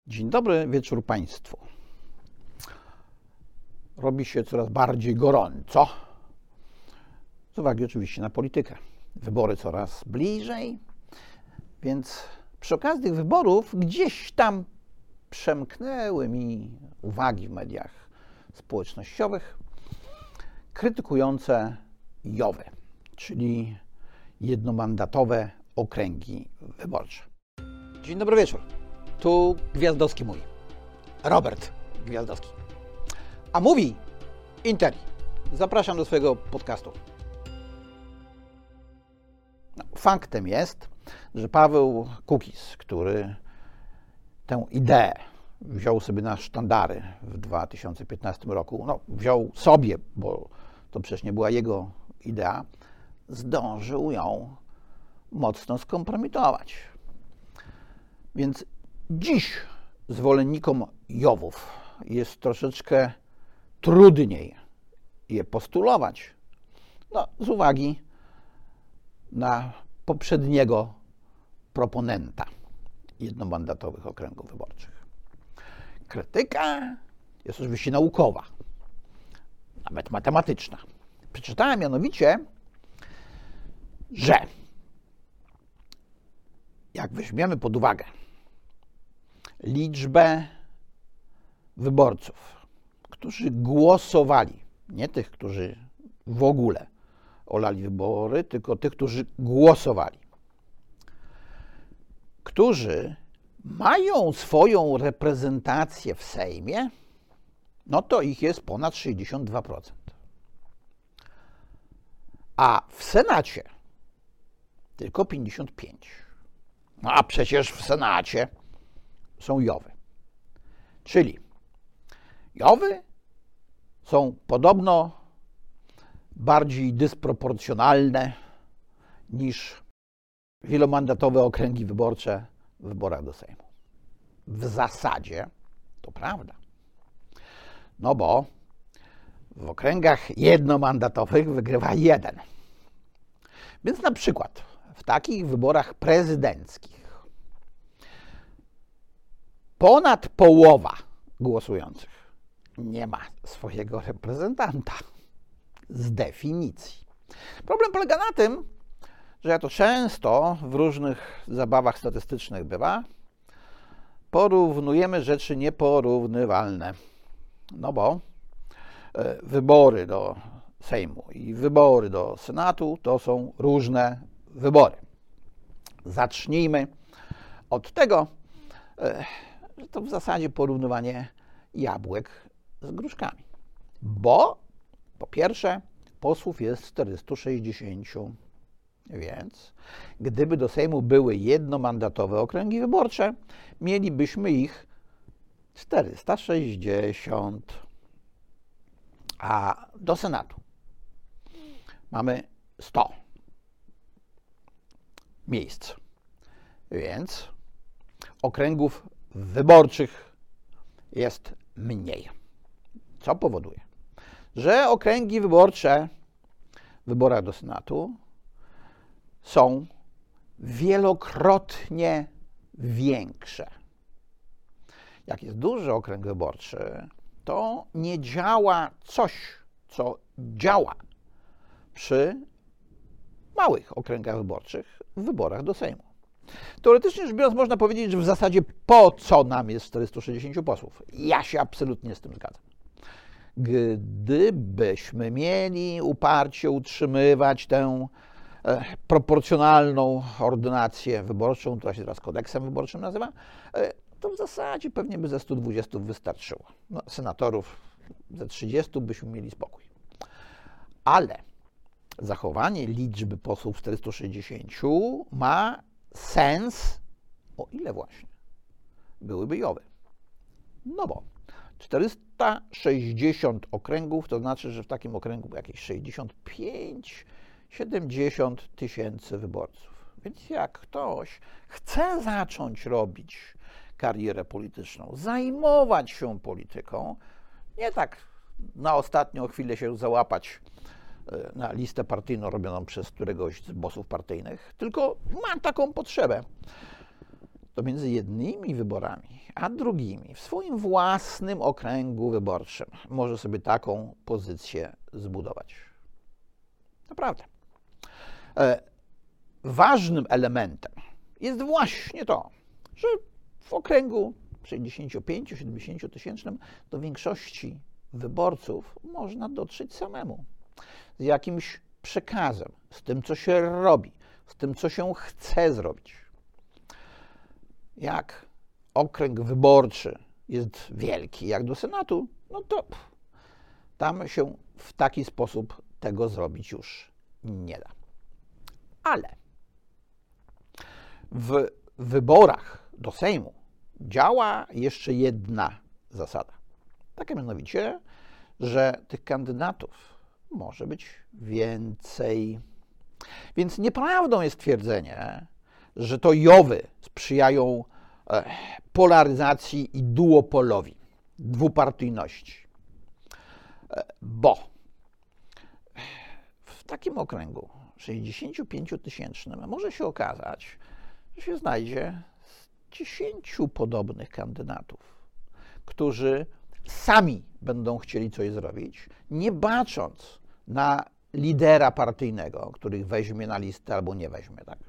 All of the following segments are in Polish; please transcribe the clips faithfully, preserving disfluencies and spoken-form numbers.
Dzień dobry, wieczór Państwu. Robi się coraz bardziej gorąco, z uwagi oczywiście na politykę. Wybory coraz bliżej, więc przy okazji tych wyborów gdzieś tam przemknęły mi uwagi w mediach społecznościowych krytykujące JOW-y, czyli jednomandatowe okręgi wyborcze. Dzień dobry wieczór. Tu Gwiazdowski mówi. Robert Gwiazdowski. A mówi Interi. Zapraszam do swojego podcastu. No, faktem jest, że Paweł Kukiz, który tę ideę wziął sobie na sztandary w dwa tysiące piętnastym roku, no wziął sobie, bo to przecież nie była jego idea, zdążył ją mocno skompromitować. Więc dziś zwolennikom JOW-ów jest troszeczkę trudniej je postulować, no, z uwagi na poprzedniego proponenta jednomandatowych okręgów wyborczych. Krytyka jest oczywiście naukowa, nawet matematyczna. Przeczytałem mianowicie, że jak weźmiemy pod uwagę liczbę wyborców, którzy głosowali, nie tych, którzy w ogóle olali wybory, tylko tych, którzy głosowali, którzy mają swoją reprezentację w Sejmie, no to ich jest ponad sześćdziesiąt dwa procent. A w Senacie tylko pięćdziesiąt pięć procent. No a przecież w Senacie są JOW-y. Czyli JOW-y są podobno bardziej dysproporcjonalne niż wielomandatowe okręgi wyborcze w wyborach do Sejmu. W zasadzie to prawda. No bo w okręgach jednomandatowych wygrywa jeden. Więc na przykład w takich wyborach prezydenckich ponad połowa głosujących nie ma swojego reprezentanta z definicji. Problem polega na tym, że ja to często w różnych zabawach statystycznych bywa, porównujemy rzeczy nieporównywalne. No bo wybory do Sejmu i wybory do Senatu to są różne wybory. Zacznijmy od tego, że to w zasadzie porównywanie jabłek z gruszkami. Bo po pierwsze posłów jest czterystu sześćdziesięciu, więc gdyby do Sejmu były jednomandatowe okręgi wyborcze, mielibyśmy ich czterysta sześćdziesiąt, a do Senatu mamy sto miejsc, więc okręgów wyborczych jest mniej. Co powoduje, że okręgi wyborcze w wyborach do Senatu są wielokrotnie większe. Jak jest duży okręg wyborczy, to nie działa coś, co działa przy małych okręgach wyborczych w wyborach do Sejmu. Teoretycznie rzecz biorąc, można powiedzieć, że w zasadzie po co nam jest czterystu sześćdziesięciu posłów? Ja się absolutnie z tym zgadzam. Gdybyśmy mieli uparcie utrzymywać tę e, proporcjonalną ordynację wyborczą, która się teraz kodeksem wyborczym nazywa, e, to w zasadzie pewnie by ze stu dwudziestu wystarczyło. No, senatorów ze trzydziestu byśmy mieli spokój. Ale zachowanie liczby posłów czterystu sześćdziesięciu ma sens, o ile właśnie byłyby JOW-y. No bo czterysta sześćdziesiąt okręgów to znaczy, że w takim okręgu jakieś sześćdziesiąt pięć siedemdziesiąt tysięcy wyborców. Więc jak ktoś chce zacząć robić karierę polityczną, zajmować się polityką, nie tak na ostatnią chwilę się załapać na listę partyjną robioną przez któregoś z bossów partyjnych, tylko ma taką potrzebę, to między jednymi wyborami a drugimi w swoim własnym okręgu wyborczym może sobie taką pozycję zbudować. Naprawdę. E, ważnym elementem jest właśnie to, że w okręgu sześćdziesięciu pięciu do siedemdziesięciu tysięcznym do większości wyborców można dotrzeć samemu. Z jakimś przekazem, z tym, co się robi, z tym, co się chce zrobić. Jak okręg wyborczy jest wielki, jak do Senatu, no to pff, tam się w taki sposób tego zrobić już nie da. Ale w wyborach do Sejmu działa jeszcze jedna zasada. Taka mianowicie, że tych kandydatów może być więcej. Więc nieprawdą jest twierdzenie, że to Jowy sprzyjają polaryzacji i duopolowi, dwupartyjności. Bo w takim okręgu sześćdziesięciu pięciu tysięcznym może się okazać, że się znajdzie dziesięciu podobnych kandydatów, którzy sami będą chcieli coś zrobić, nie bacząc na lidera partyjnego, który weźmie na listę albo nie weźmie. Tak?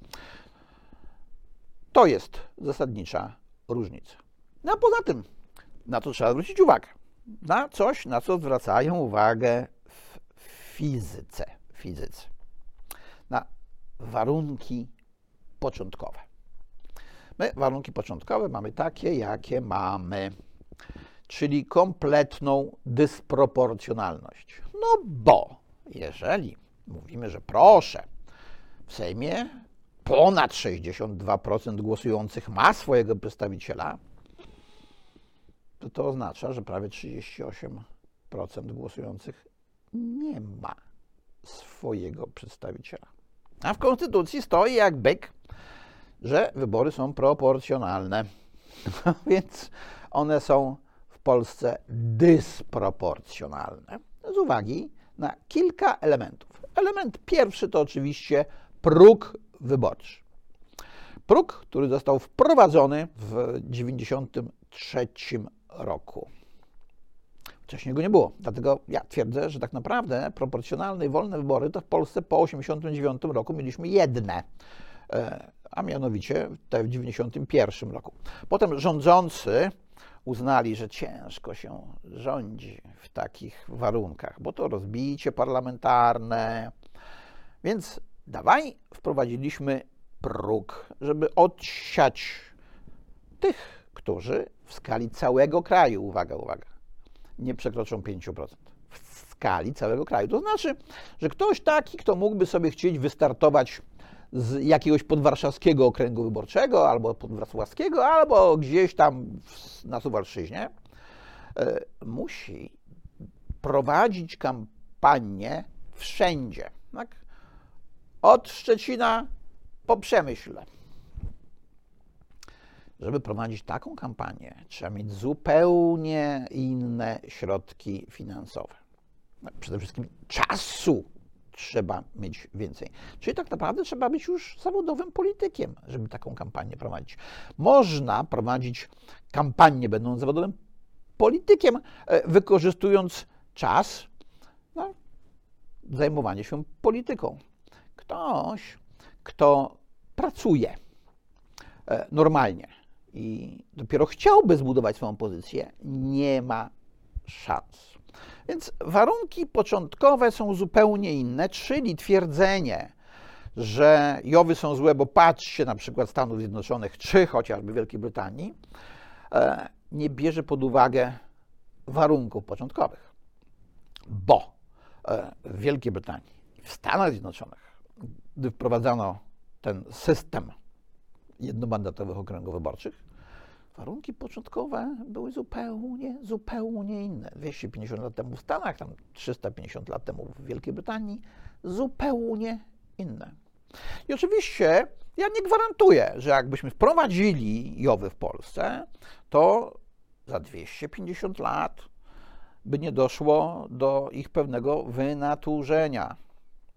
To jest zasadnicza różnica. No a poza tym, na to trzeba zwrócić uwagę. Na coś, na co zwracają uwagę w fizyce. fizyce. Na warunki początkowe. My warunki początkowe mamy takie, jakie mamy, czyli kompletną dysproporcjonalność. No bo jeżeli mówimy, że proszę, w Sejmie ponad sześćdziesiąt dwa procent głosujących ma swojego przedstawiciela, to to oznacza, że prawie trzydzieści osiem procent głosujących nie ma swojego przedstawiciela. A w Konstytucji stoi jak byk, że wybory są proporcjonalne, więc one są w Polsce dysproporcjonalne z uwagi na kilka elementów. Element pierwszy to oczywiście próg wyborczy. Próg, który został wprowadzony w tysiąc dziewięćset dziewięćdziesiątym trzecim roku. Wcześniej go nie było, dlatego ja twierdzę, że tak naprawdę proporcjonalne i wolne wybory to w Polsce po tysiąc dziewięćset osiemdziesiątym dziewiątym roku mieliśmy jedne, a mianowicie te w tysiąc dziewięćset dziewięćdziesiątym pierwszym roku. Potem rządzący uznali, że ciężko się rządzi w takich warunkach, bo to rozbicie parlamentarne, więc dawaj wprowadziliśmy próg, żeby odsiać tych, którzy w skali całego kraju, uwaga, uwaga, nie przekroczą pięć procent. W skali całego kraju. To znaczy, że ktoś taki, kto mógłby sobie chcieć wystartować z jakiegoś podwarszawskiego okręgu wyborczego, albo podwrocławskiego, albo gdzieś tam na Suwalszczyźnie, musi prowadzić kampanię wszędzie. Tak? Od Szczecina po Przemyśl. Żeby prowadzić taką kampanię, trzeba mieć zupełnie inne środki finansowe. Przede wszystkim czasu trzeba mieć więcej. Czyli tak naprawdę trzeba być już zawodowym politykiem, żeby taką kampanię prowadzić. Można prowadzić kampanię, będąc zawodowym politykiem, wykorzystując czas na zajmowanie się polityką. Ktoś, kto pracuje normalnie i dopiero chciałby zbudować swoją pozycję, nie ma szans. Więc warunki początkowe są zupełnie inne, czyli twierdzenie, że Jowy są złe, bo patrzcie na przykład Stanów Zjednoczonych czy chociażby Wielkiej Brytanii, nie bierze pod uwagę warunków początkowych. Bo w Wielkiej Brytanii, w Stanach Zjednoczonych, gdy wprowadzano ten system jednomandatowych okręgów wyborczych, warunki początkowe były zupełnie, zupełnie inne. dwieście pięćdziesiąt lat temu w Stanach, tam trzysta pięćdziesiąt lat temu w Wielkiej Brytanii, zupełnie inne. I oczywiście ja nie gwarantuję, że jakbyśmy wprowadzili Jowy w Polsce, to za dwieście pięćdziesiąt lat by nie doszło do ich pewnego wynaturzenia.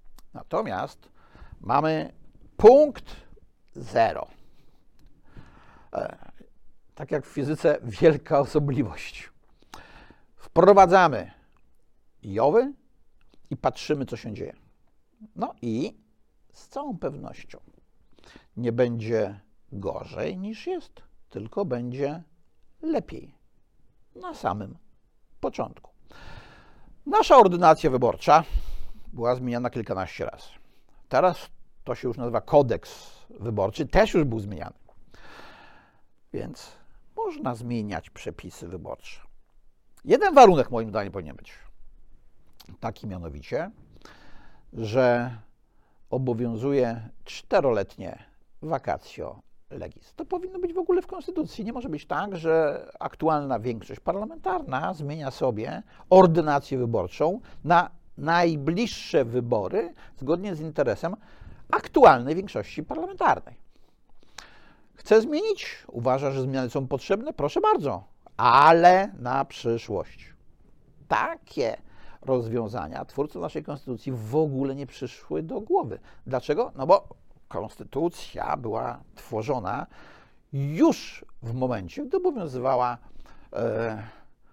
Natomiast mamy punkt zero. Tak jak w fizyce, wielka osobliwość. Wprowadzamy jowy i patrzymy, co się dzieje. No i z całą pewnością nie będzie gorzej niż jest, tylko będzie lepiej na samym początku. Nasza ordynacja wyborcza była zmieniana kilkanaście razy. Teraz to się już nazywa kodeks wyborczy, też już był zmieniany. Więc można zmieniać przepisy wyborcze. Jeden warunek moim zdaniem powinien być taki mianowicie, że obowiązuje czteroletnie vacatio legis. To powinno być w ogóle w Konstytucji. Nie może być tak, że aktualna większość parlamentarna zmienia sobie ordynację wyborczą na najbliższe wybory zgodnie z interesem aktualnej większości parlamentarnej. Chce zmienić? Uważa, że zmiany są potrzebne? Proszę bardzo, ale na przyszłość. Takie rozwiązania twórcom naszej Konstytucji w ogóle nie przyszły do głowy. Dlaczego? No bo Konstytucja była tworzona już w momencie, gdy obowiązywała e,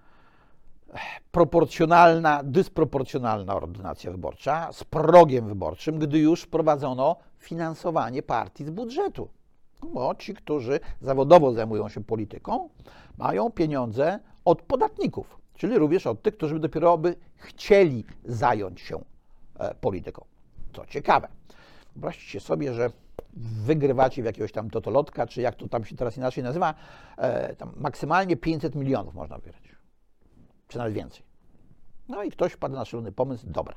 proporcjonalna, dysproporcjonalna ordynacja wyborcza z progiem wyborczym, gdy już wprowadzono finansowanie partii z budżetu. Bo ci, którzy zawodowo zajmują się polityką, mają pieniądze od podatników, czyli również od tych, którzy dopiero by chcieli zająć się polityką. Co ciekawe, wyobraźcie sobie, że wygrywacie w jakiegoś tam totolotka, czy jak to tam się teraz inaczej nazywa, tam maksymalnie pięćset milionów można wygrać, czy nawet więcej. No i ktoś wpadł na szalony pomysł, dobra,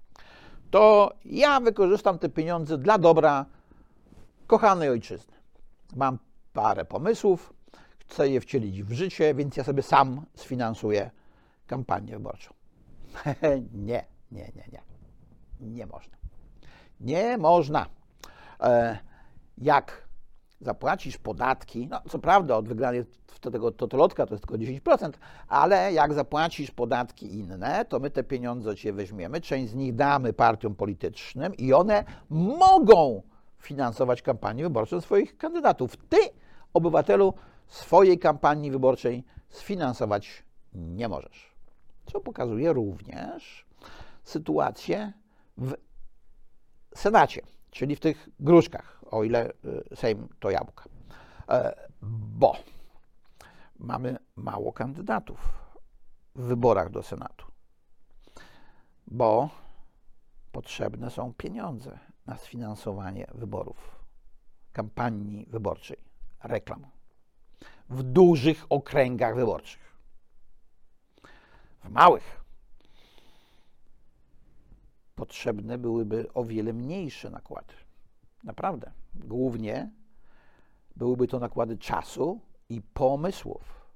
to ja wykorzystam te pieniądze dla dobra kochanej ojczyzny. Mam parę pomysłów, chcę je wcielić w życie, więc ja sobie sam sfinansuję kampanię wyborczą. nie, nie, nie, nie. Nie można. Nie można. E, jak zapłacisz podatki, no co prawda od wygranej tego totolotka to jest tylko dziesięć procent, ale jak zapłacisz podatki inne, to my te pieniądze od ciebie weźmiemy, część z nich damy partiom politycznym i one mogą finansować kampanię wyborczą swoich kandydatów. Ty, obywatelu, swojej kampanii wyborczej sfinansować nie możesz. Co pokazuje również sytuację w Senacie, czyli w tych gruszkach, o ile Sejm to jabłka. Bo mamy mało kandydatów w wyborach do Senatu, bo potrzebne są pieniądze na sfinansowanie wyborów, kampanii wyborczej, reklam w dużych okręgach wyborczych. W małych potrzebne byłyby o wiele mniejsze nakłady. Naprawdę. Głównie byłyby to nakłady czasu i pomysłów.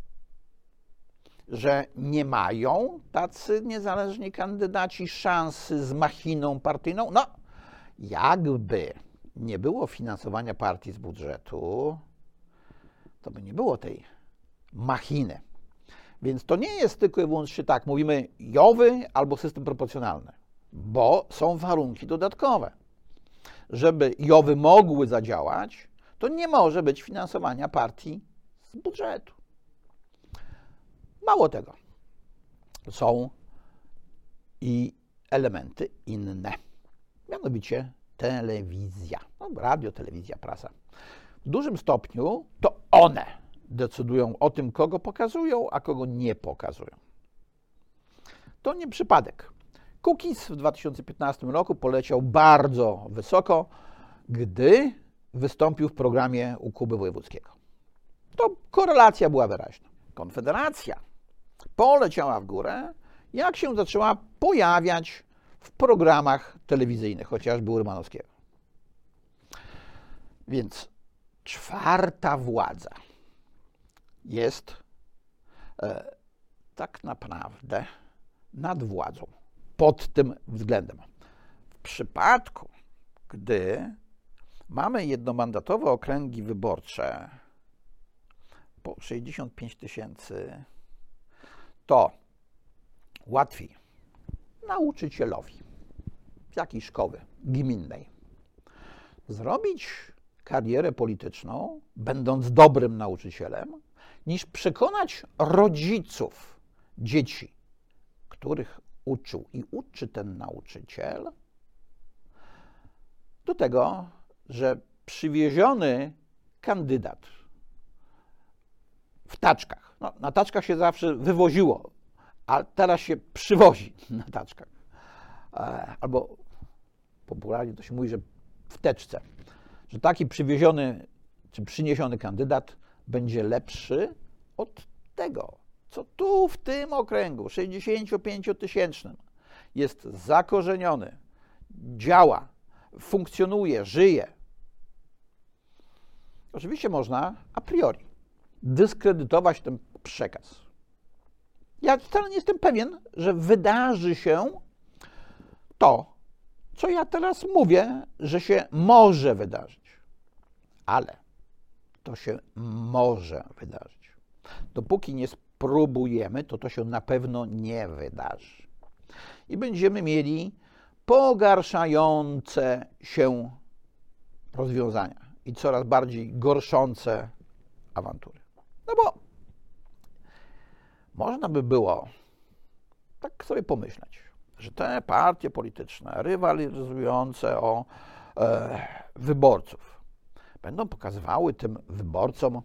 Że nie mają tacy niezależni kandydaci szansy z machiną partyjną? No, jakby nie było finansowania partii z budżetu, to by nie było tej machiny. Więc to nie jest tylko i wyłącznie tak, mówimy jowy albo system proporcjonalny, bo są warunki dodatkowe. Żeby jowy mogły zadziałać, to nie może być finansowania partii z budżetu. Mało tego, są i elementy inne, mianowicie telewizja, no, radio, telewizja, prasa. W dużym stopniu to one decydują o tym, kogo pokazują, a kogo nie pokazują. To nie przypadek. Kukiz w dwa tysiące piętnastym roku poleciał bardzo wysoko, gdy wystąpił w programie u Kuby Wojewódzkiego. To korelacja była wyraźna. Konfederacja poleciała w górę, jak się zaczęła pojawiać w programach telewizyjnych, chociażby u Rymanowskiego. Więc czwarta władza jest e, tak naprawdę nadwładzą pod tym względem. W przypadku, gdy mamy jednomandatowe okręgi wyborcze po sześćdziesiąt pięć tysięcy, to łatwiej nauczycielowi z jakiejś szkoły gminnej zrobić karierę polityczną, będąc dobrym nauczycielem, niż przekonać rodziców dzieci, których uczył i uczy ten nauczyciel, do tego, że przywieziony kandydat w taczkach, no, na taczkach się zawsze wywoziło, a teraz się przywozi na taczkach, albo popularnie to się mówi, że w teczce, że taki przywieziony czy przyniesiony kandydat będzie lepszy od tego, co tu w tym okręgu sześćdziesięciopięciotysięcznym jest zakorzeniony, działa, funkcjonuje, żyje. Oczywiście można a priori dyskredytować ten przekaz. Ja wcale nie jestem pewien, że wydarzy się to, co ja teraz mówię, że się może wydarzyć. Ale to się może wydarzyć. Dopóki nie spróbujemy, to to się na pewno nie wydarzy. I będziemy mieli pogarszające się rozwiązania i coraz bardziej gorszące awantury. No bo można by było tak sobie pomyśleć, że te partie polityczne rywalizujące o e, wyborców będą pokazywały tym wyborcom,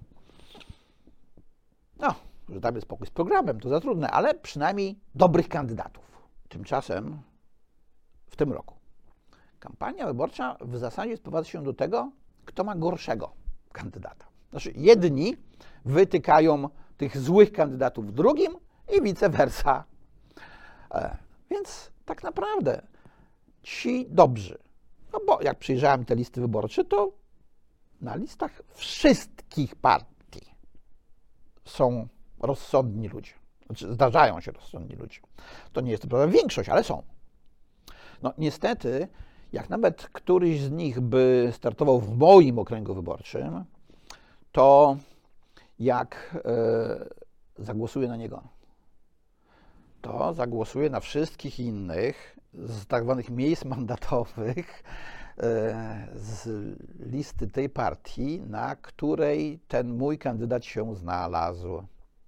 no, że damy spokój z programem, to za trudne, ale przynajmniej dobrych kandydatów. Tymczasem w tym roku kampania wyborcza w zasadzie sprowadza się do tego, kto ma gorszego kandydata. Znaczy jedni wytykają tych złych kandydatów drugim i vice versa. E, więc tak naprawdę ci dobrzy, no bo jak przyjrzałem te listy wyborcze, to na listach wszystkich partii są rozsądni ludzie. Znaczy zdarzają się rozsądni ludzie. To nie jest to prawda większość, ale są. No niestety, jak nawet któryś z nich by startował w moim okręgu wyborczym, to jak e, zagłosuję na niego, to zagłosuję na wszystkich innych z tak zwanych miejsc mandatowych e, z listy tej partii, na której ten mój kandydat się znalazł.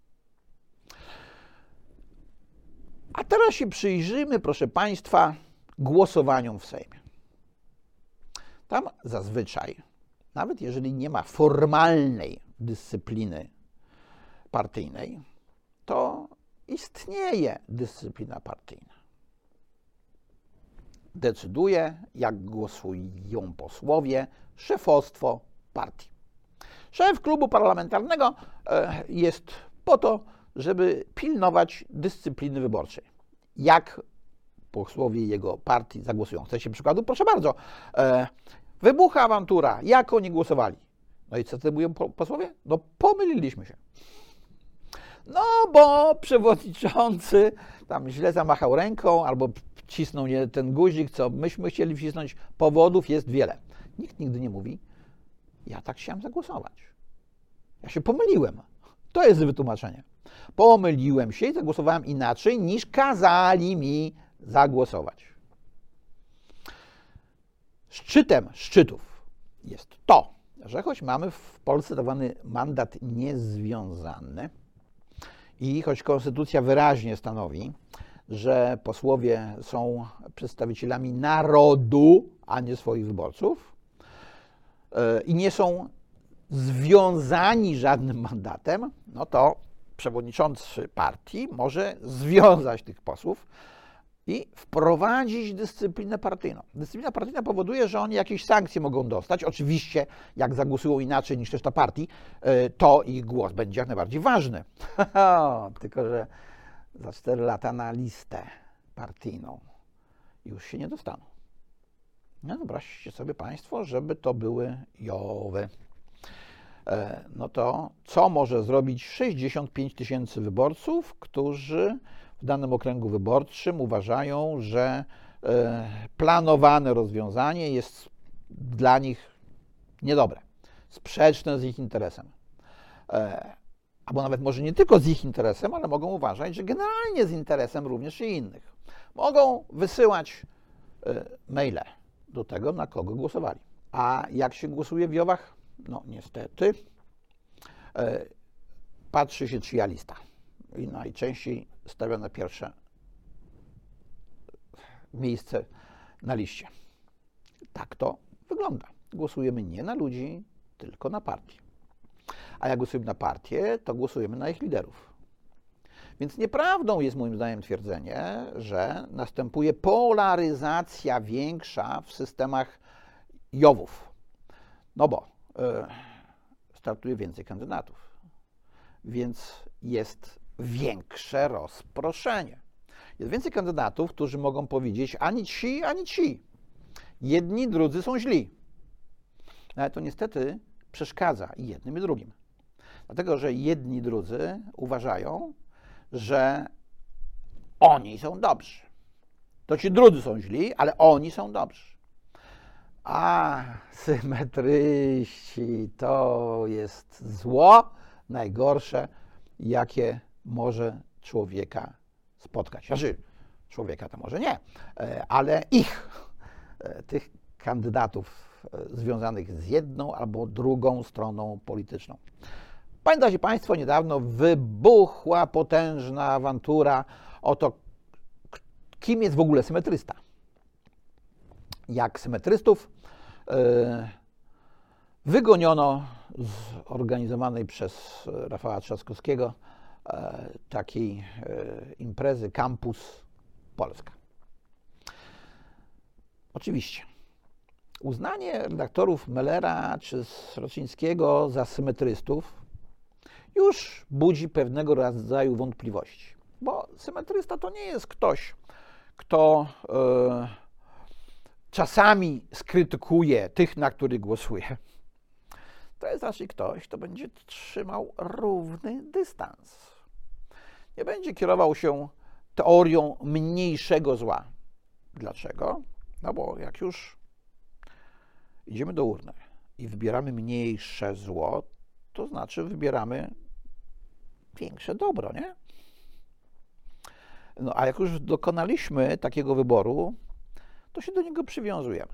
A teraz się przyjrzyjmy, proszę Państwa, głosowaniom w Sejmie. Tam zazwyczaj, nawet jeżeli nie ma formalnej dyscypliny partyjnej, to istnieje dyscyplina partyjna. Decyduje, jak głosują posłowie, szefostwo partii. Szef klubu parlamentarnego jest po to, żeby pilnować dyscypliny wyborczej. Jak posłowie jego partii zagłosują. Chcecie przykładu? Proszę bardzo. Wybucha awantura. Jak oni głosowali? No i co wtedy mówią posłowie? No pomyliliśmy się. No bo przewodniczący tam źle zamachał ręką albo wcisnął nie ten guzik, co myśmy chcieli wcisnąć. Powodów jest wiele. Nikt nigdy nie mówi, ja tak chciałem zagłosować. Ja się pomyliłem. To jest wytłumaczenie. Pomyliłem się i zagłosowałem inaczej, niż kazali mi zagłosować. Szczytem szczytów jest to, że choć mamy w Polsce tak zwany mandat niezwiązany i choć konstytucja wyraźnie stanowi, że posłowie są przedstawicielami narodu, a nie swoich wyborców i nie są związani żadnym mandatem, no to przewodniczący partii może związać tych posłów i wprowadzić dyscyplinę partyjną. Dyscyplina partyjna powoduje, że oni jakieś sankcje mogą dostać. Oczywiście, jak zagłosują inaczej niż reszta partii, to ich głos będzie jak najbardziej ważny. Tylko że za cztery lata na listę partyjną już się nie dostaną. No, wyobraźcie sobie Państwo, żeby to były Jowy. No to co może zrobić sześćdziesiąt pięć tysięcy wyborców, którzy w danym okręgu wyborczym uważają, że planowane rozwiązanie jest dla nich niedobre, sprzeczne z ich interesem. Albo nawet może nie tylko z ich interesem, ale mogą uważać, że generalnie z interesem również i innych. Mogą wysyłać maile do tego, na kogo głosowali. A jak się głosuje w Jowach? No niestety e, patrzy się, czyja lista. I najczęściej stawia na pierwsze miejsce na liście. Tak to wygląda. Głosujemy nie na ludzi, tylko na partię. A jak głosujemy na partię, to głosujemy na ich liderów. Więc nieprawdą jest moim zdaniem twierdzenie, że następuje polaryzacja większa w systemach Jowów. No bo y, startuje więcej kandydatów, więc jest większe rozproszenie. Jest więcej kandydatów, którzy mogą powiedzieć ani ci, ani ci. Jedni, drudzy są źli. Ale to niestety przeszkadza i jednym, i drugim. Dlatego, że jedni, drudzy uważają, że oni są dobrzy. To ci drudzy są źli, ale oni są dobrzy. A symetryści to jest zło najgorsze, jakie może człowieka spotkać. Znaczy, człowieka to może nie, ale ich, tych kandydatów związanych z jedną albo drugą stroną polityczną. Pamiętacie Państwo, niedawno wybuchła potężna awantura o to, kim jest w ogóle symetrysta. Jak symetrystów yy, wygoniono z organizowanej przez Rafała Trzaskowskiego yy, takiej yy, imprezy Campus Polska. Oczywiście uznanie redaktorów Mellera czy Sroczyńskiego za symetrystów już budzi pewnego rodzaju wątpliwości, bo symetrysta to nie jest ktoś, kto yy, czasami skrytykuje tych, na których głosuje. To jest raczej ktoś, kto będzie trzymał równy dystans. Nie będzie kierował się teorią mniejszego zła. Dlaczego? No bo jak już idziemy do urny i wybieramy mniejsze zło, to znaczy wybieramy większe dobro, nie? No a jak już dokonaliśmy takiego wyboru, to się do niego przywiązujemy.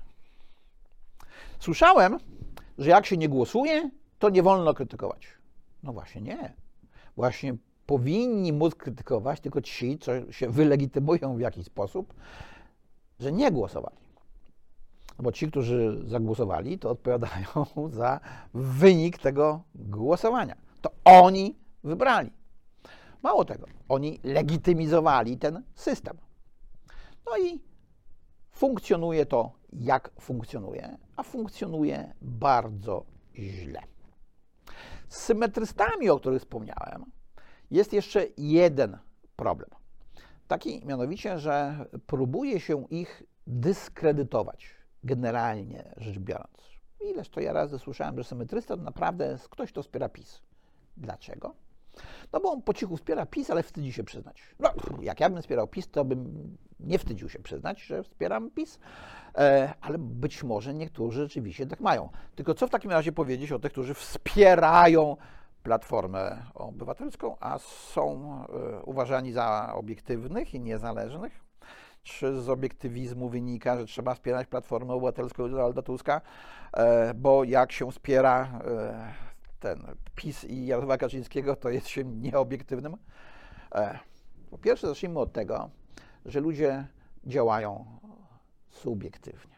Słyszałem, że jak się nie głosuje, to nie wolno krytykować. No właśnie nie. Właśnie powinni móc krytykować tylko ci, co się wylegitymują w jakiś sposób, że nie głosowali. Bo ci, którzy zagłosowali, to odpowiadają za wynik tego głosowania. To oni wybrali. Mało tego, oni legitymizowali ten system. No i funkcjonuje to, jak funkcjonuje, a funkcjonuje bardzo źle. Z symetrystami, o których wspomniałem, jest jeszcze jeden problem. Taki mianowicie, że próbuje się ich dyskredytować, generalnie rzecz biorąc. Ileż to ja razy słyszałem, że symetrysta to naprawdę jest ktoś, kto wspiera PiS. Dlaczego? No bo on po cichu wspiera PiS, ale wstydzi się przyznać. No, jak ja bym wspierał PiS, to bym nie wstydził się przyznać, że wspieram PiS, e, ale być może niektórzy rzeczywiście tak mają. Tylko co w takim razie powiedzieć o tych, którzy wspierają Platformę Obywatelską, a są e, uważani za obiektywnych i niezależnych? Czy z obiektywizmu wynika, że trzeba wspierać Platformę Obywatelską i Donalda Tuska, e, bo jak się wspiera e, ten PiS i Jarosława Kaczyńskiego, to jest się nieobiektywnym? E, po pierwsze, zacznijmy od tego, że ludzie działają subiektywnie.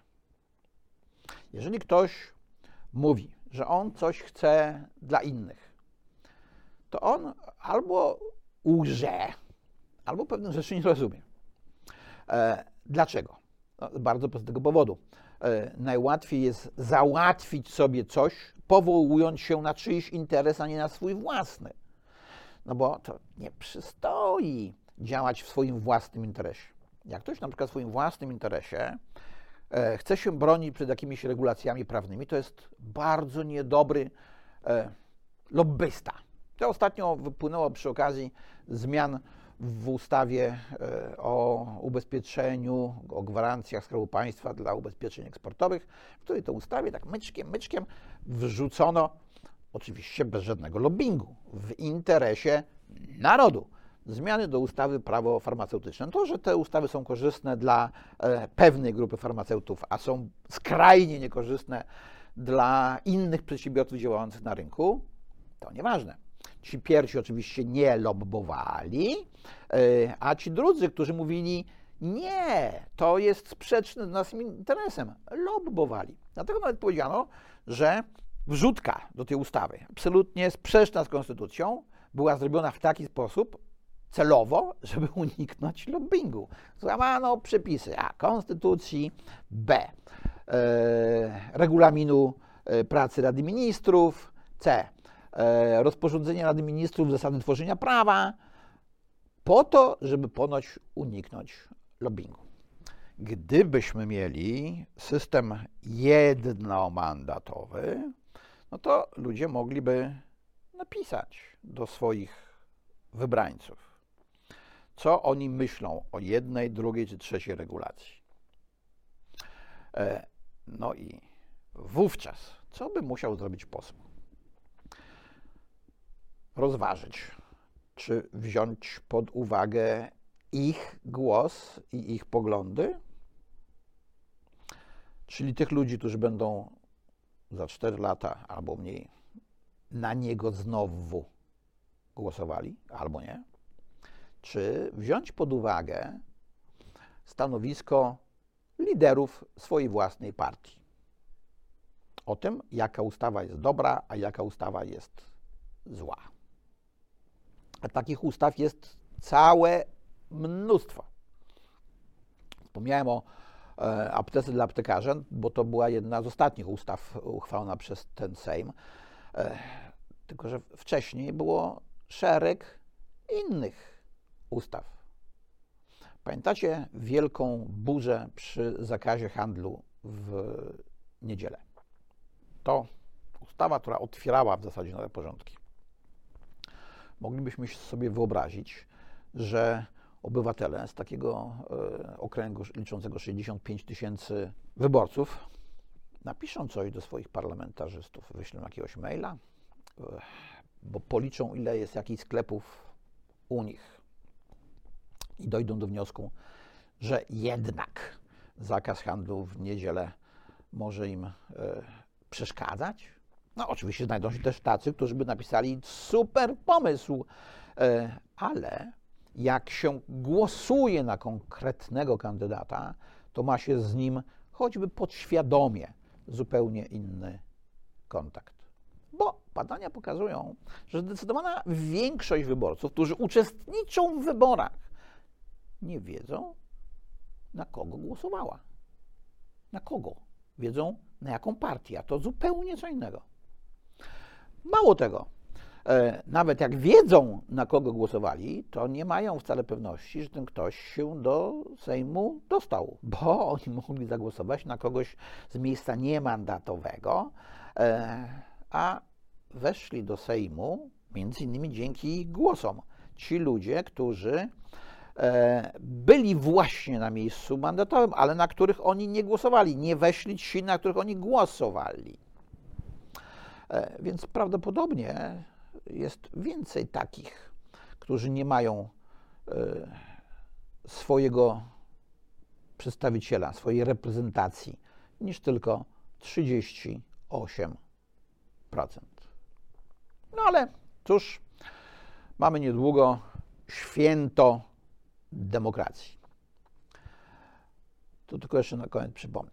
Jeżeli ktoś mówi, że on coś chce dla innych, to on albo łże, albo pewnych rzeczy nie rozumie. E, dlaczego? No, z bardzo prostego powodu. E, najłatwiej jest załatwić sobie coś, powołując się na czyjś interes, a nie na swój własny. No bo to nie przystoi działać w swoim własnym interesie. Jak ktoś na przykład w swoim własnym interesie e, chce się bronić przed jakimiś regulacjami prawnymi, to jest bardzo niedobry e, lobbysta. To ostatnio wypłynęło przy okazji zmian w ustawie e, o ubezpieczeniu, o gwarancjach Skarbu Państwa dla ubezpieczeń eksportowych, w której to ustawie tak myczkiem, myczkiem wrzucono, oczywiście bez żadnego lobbingu, w interesie narodu, zmiany do ustawy Prawo farmaceutyczne. To, że te ustawy są korzystne dla e, pewnej grupy farmaceutów, a są skrajnie niekorzystne dla innych przedsiębiorców działających na rynku, to nieważne. Ci pierwsi oczywiście nie lobbowali, e, a ci drudzy, którzy mówili, nie, to jest sprzeczne z naszym interesem, lobbowali. Dlatego nawet powiedziano, że wrzutka do tej ustawy, absolutnie sprzeczna z konstytucją, była zrobiona w taki sposób celowo, żeby uniknąć lobbingu. Złamano przepisy A. Konstytucji, B. E, regulaminu pracy Rady Ministrów, C. E, rozporządzenia Rady Ministrów zasady tworzenia prawa, po to, żeby ponoć uniknąć lobbingu. Gdybyśmy mieli system jednomandatowy, no to ludzie mogliby napisać do swoich wybrańców, co oni myślą o jednej, drugiej czy trzeciej regulacji. No i wówczas, co by musiał zrobić poseł? Rozważyć, czy wziąć pod uwagę ich głos i ich poglądy, czyli tych ludzi, którzy będą za cztery lata albo mniej na niego znowu głosowali, albo nie, czy wziąć pod uwagę stanowisko liderów swojej własnej partii o tym, jaka ustawa jest dobra, a jaka ustawa jest zła. A takich ustaw jest całe mnóstwo. Wspomniałem o e, aptece dla aptekarzy, bo to była jedna z ostatnich ustaw uchwalona przez ten Sejm. E, tylko że wcześniej było szereg innych ustaw. Pamiętacie wielką burzę przy zakazie handlu w niedzielę? To ustawa, która otwierała w zasadzie nowe porządki. Moglibyśmy sobie wyobrazić, że obywatele z takiego e, okręgu liczącego sześćdziesiąt pięć tysięcy wyborców napiszą coś do swoich parlamentarzystów, wyślą jakiegoś maila, e, bo policzą, ile jest jakichś sklepów u nich i dojdą do wniosku, że jednak zakaz handlu w niedzielę może im e, przeszkadzać. No oczywiście znajdą się też tacy, którzy by napisali super pomysł, e, ale jak się głosuje na konkretnego kandydata, to ma się z nim choćby podświadomie zupełnie inny kontakt. Bo badania pokazują, że zdecydowana większość wyborców, którzy uczestniczą w wyborach, nie wiedzą, na kogo głosowała. Na kogo? Wiedzą, na jaką partię, a to zupełnie co innego. Mało tego, e, nawet jak wiedzą, na kogo głosowali, to nie mają wcale pewności, że ten ktoś się do Sejmu dostał, bo oni mogli zagłosować na kogoś z miejsca niemandatowego, e, a weszli do Sejmu między innymi dzięki ich głosom. Ci ludzie, którzy e, byli właśnie na miejscu mandatowym, ale na których oni nie głosowali, nie weszli ci, na których oni głosowali. E, więc prawdopodobnie jest więcej takich, którzy nie mają e, swojego przedstawiciela, swojej reprezentacji, niż tylko trzydzieści osiem procent. No ale cóż, mamy niedługo święto demokracji. To tylko jeszcze na koniec przypomnę,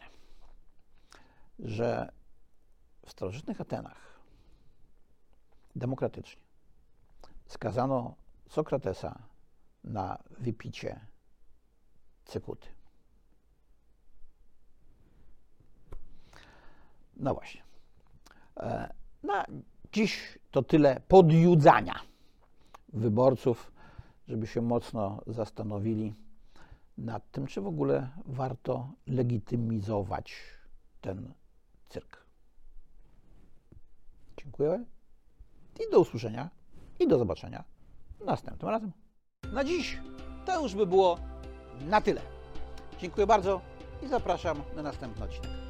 że w starożytnych Atenach demokratycznie skazano Sokratesa na wypicie cykuty. No właśnie. Na dziś to tyle podjudzania wyborców, żeby się mocno zastanowili nad tym, czy w ogóle warto legitymizować ten cyrk. Dziękuję i do usłyszenia i do zobaczenia następnym razem. Na dziś to już by było na tyle. Dziękuję bardzo i zapraszam na następny odcinek.